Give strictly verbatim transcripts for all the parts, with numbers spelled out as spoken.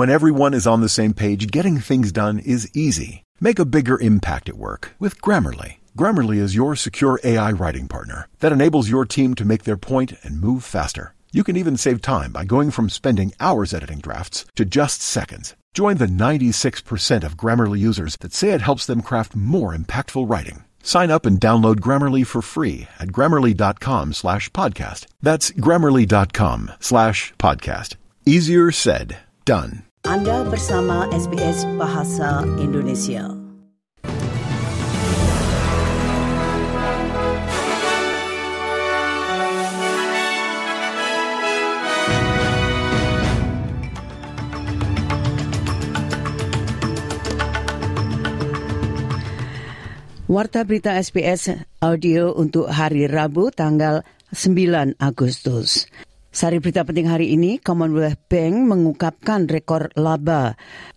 When everyone is on the same page, getting things done is easy. Make a bigger impact at work with Grammarly. Grammarly is your secure A I writing partner that enables your team to make their point and move faster. You can even save time by going from spending hours editing drafts to just seconds. Join the ninety-six percent of Grammarly users that say it helps them craft more impactful writing. Sign up and download Grammarly for free at grammarly.com slash podcast. That's grammarly.com slash podcast. Easier said, done. Anda bersama S B S Bahasa Indonesia. Warta berita S B S Audio untuk hari Rabu tanggal sembilan Agustus. Sari berita penting hari ini, Commonwealth Bank mengungkapkan rekor laba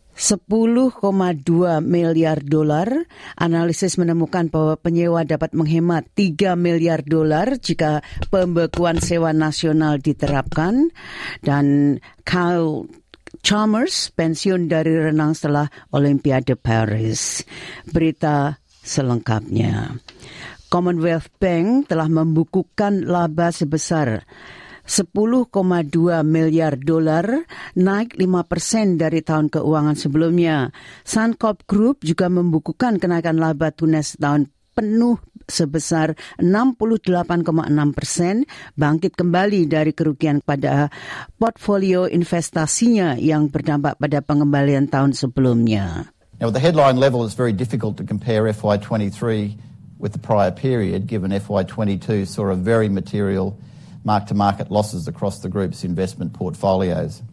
sepuluh koma dua miliar dolar. Analisis menemukan bahwa penyewa dapat menghemat tiga miliar dolar jika pembekuan sewa nasional diterapkan. Dan Kyle Chalmers pensiun dari renang setelah Olimpiade Paris. Berita selengkapnya. Commonwealth Bank telah membukukan laba sebesar sepuluh koma dua miliar dolar, naik lima persen dari tahun keuangan sebelumnya. Suncorp Group juga membukukan kenaikan laba tuna setahun penuh sebesar enam puluh delapan koma enam persen, bangkit kembali dari kerugian pada portfolio investasinya yang berdampak pada pengembalian tahun sebelumnya. Now, at the headline level, it's very difficult to compare F Y twenty-three with the prior period, given F Y twenty-two saw a very material mark-to-market losses across the group's investment portfolios.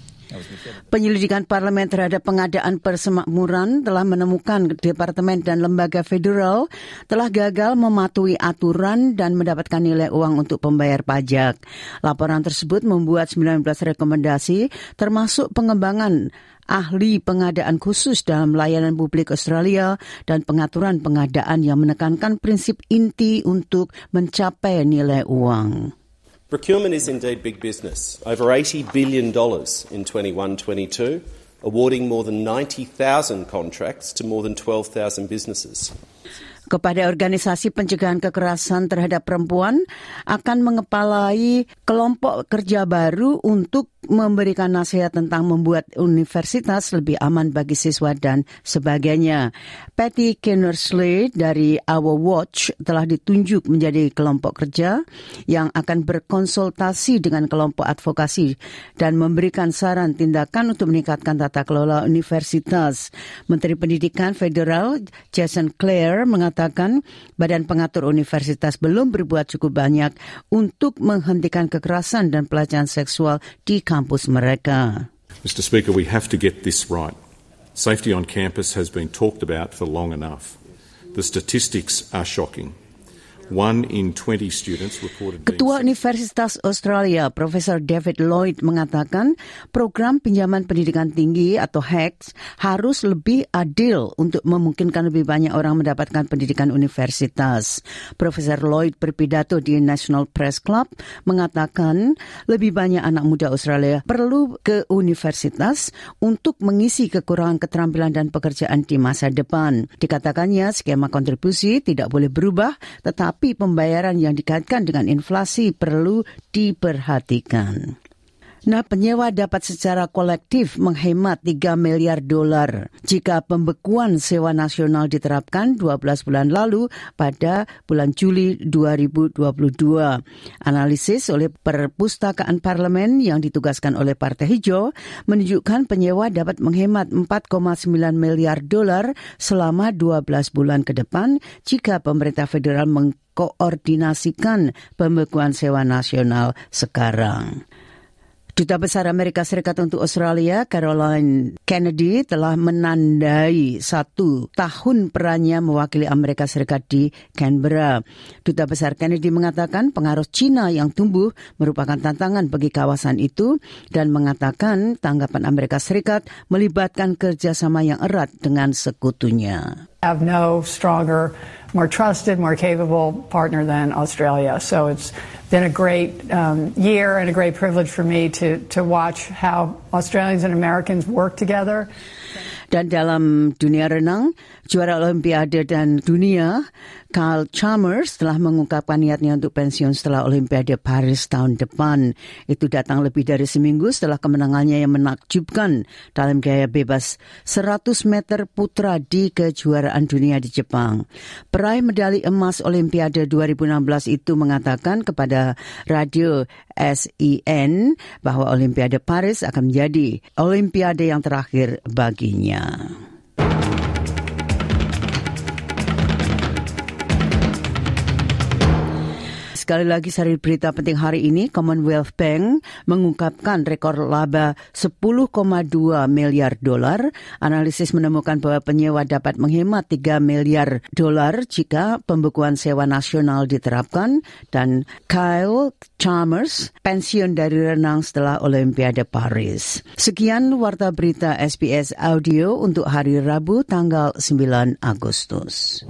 Penyelidikan parlemen terhadap pengadaan persemakmuran telah menemukan departemen dan lembaga federal telah gagal mematuhi aturan dan mendapatkan nilai uang untuk pembayar pajak. Laporan tersebut membuat sembilan belas rekomendasi termasuk pengembangan ahli pengadaan khusus dalam layanan publik Australia dan pengaturan pengadaan yang menekankan prinsip inti untuk mencapai nilai uang. Procurement is indeed big business. Over eighty billion dollars in twenty-one twenty-two, awarding more than ninety thousand contracts to more than twelve thousand businesses. Kepada organisasi pencegahan kekerasan terhadap perempuan akan mengepalai kelompok kerja baru untuk memberikan nasihat tentang membuat universitas lebih aman bagi siswa dan sebagainya. Patty Kennersley dari Our Watch telah ditunjuk menjadi kelompok kerja yang akan berkonsultasi dengan kelompok advokasi dan memberikan saran tindakan untuk meningkatkan tata kelola universitas. Menteri Pendidikan Federal Jason Clare mengatakan Badan Pengatur Universitas belum berbuat cukup banyak untuk menghentikan kekerasan dan pelecehan seksual di kampus mereka. Mister Speaker, we have to get this right. Safety on campus has been talked about for long enough. The statistics are shocking. One in twenty students reported being... Ketua Universitas Australia, Profesor David Lloyd mengatakan program pinjaman pendidikan tinggi atau H E C S harus lebih adil untuk memungkinkan lebih banyak orang mendapatkan pendidikan universitas. Profesor Lloyd berpidato di National Press Club mengatakan lebih banyak anak muda Australia perlu ke universitas untuk mengisi kekurangan keterampilan dan pekerjaan di masa depan. Dikatakannya skema kontribusi tidak boleh berubah, tetapi Tapi pembayaran yang dikaitkan dengan inflasi perlu diperhatikan. Nah, penyewa dapat secara kolektif menghemat tiga miliar dolar jika pembekuan sewa nasional diterapkan dua belas bulan lalu pada bulan Juli dua ribu dua puluh dua. Analisis oleh Perpustakaan Parlemen yang ditugaskan oleh Partai Hijau menunjukkan penyewa dapat menghemat empat koma sembilan miliar dolar selama dua belas bulan ke depan jika pemerintah federal mengkoordinasikan pembekuan sewa nasional sekarang. Duta Besar Amerika Serikat untuk Australia, Caroline Kennedy, telah menandai satu tahun perannya mewakili Amerika Serikat di Canberra. Duta Besar Kennedy mengatakan pengaruh China yang tumbuh merupakan tantangan bagi kawasan itu dan mengatakan tanggapan Amerika Serikat melibatkan kerjasama yang erat dengan sekutunya. have no stronger, more trusted, more capable partner than Australia. So it's been a great um, year and a great privilege for me to, to watch how Australians and Americans work together. Dan dalam dunia renang, juara Olimpiade dan dunia, Kyle Chalmers telah mengungkapkan niatnya untuk pensiun setelah Olimpiade Paris tahun depan. Itu datang lebih dari seminggu setelah kemenangannya yang menakjubkan dalam gaya bebas seratus meter putra di kejuaraan dunia di Jepang. Peraih medali emas Olimpiade dua ribu enam belas itu mengatakan kepada radio S E N bahwa Olimpiade Paris akan menjadi Olimpiade yang terakhir baginya. Sekali lagi sari berita penting hari ini, Commonwealth Bank mengungkapkan rekor laba sepuluh koma dua miliar dolar. Analisis menemukan bahwa penyewa dapat menghemat tiga miliar dolar jika pembukuan sewa nasional diterapkan. Dan Kyle Chalmers pensiun dari renang setelah Olimpiade Paris. Sekian Warta Berita S B S Audio untuk hari Rabu tanggal sembilan Agustus.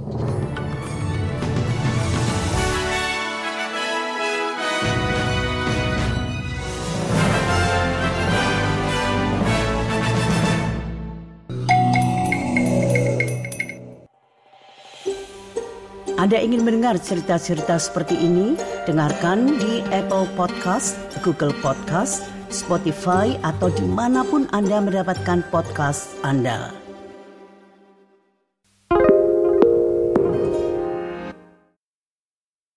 Anda ingin mendengar cerita-cerita seperti ini? Dengarkan di Apple Podcast, Google Podcast, Spotify, atau dimanapun Anda mendapatkan podcast Anda.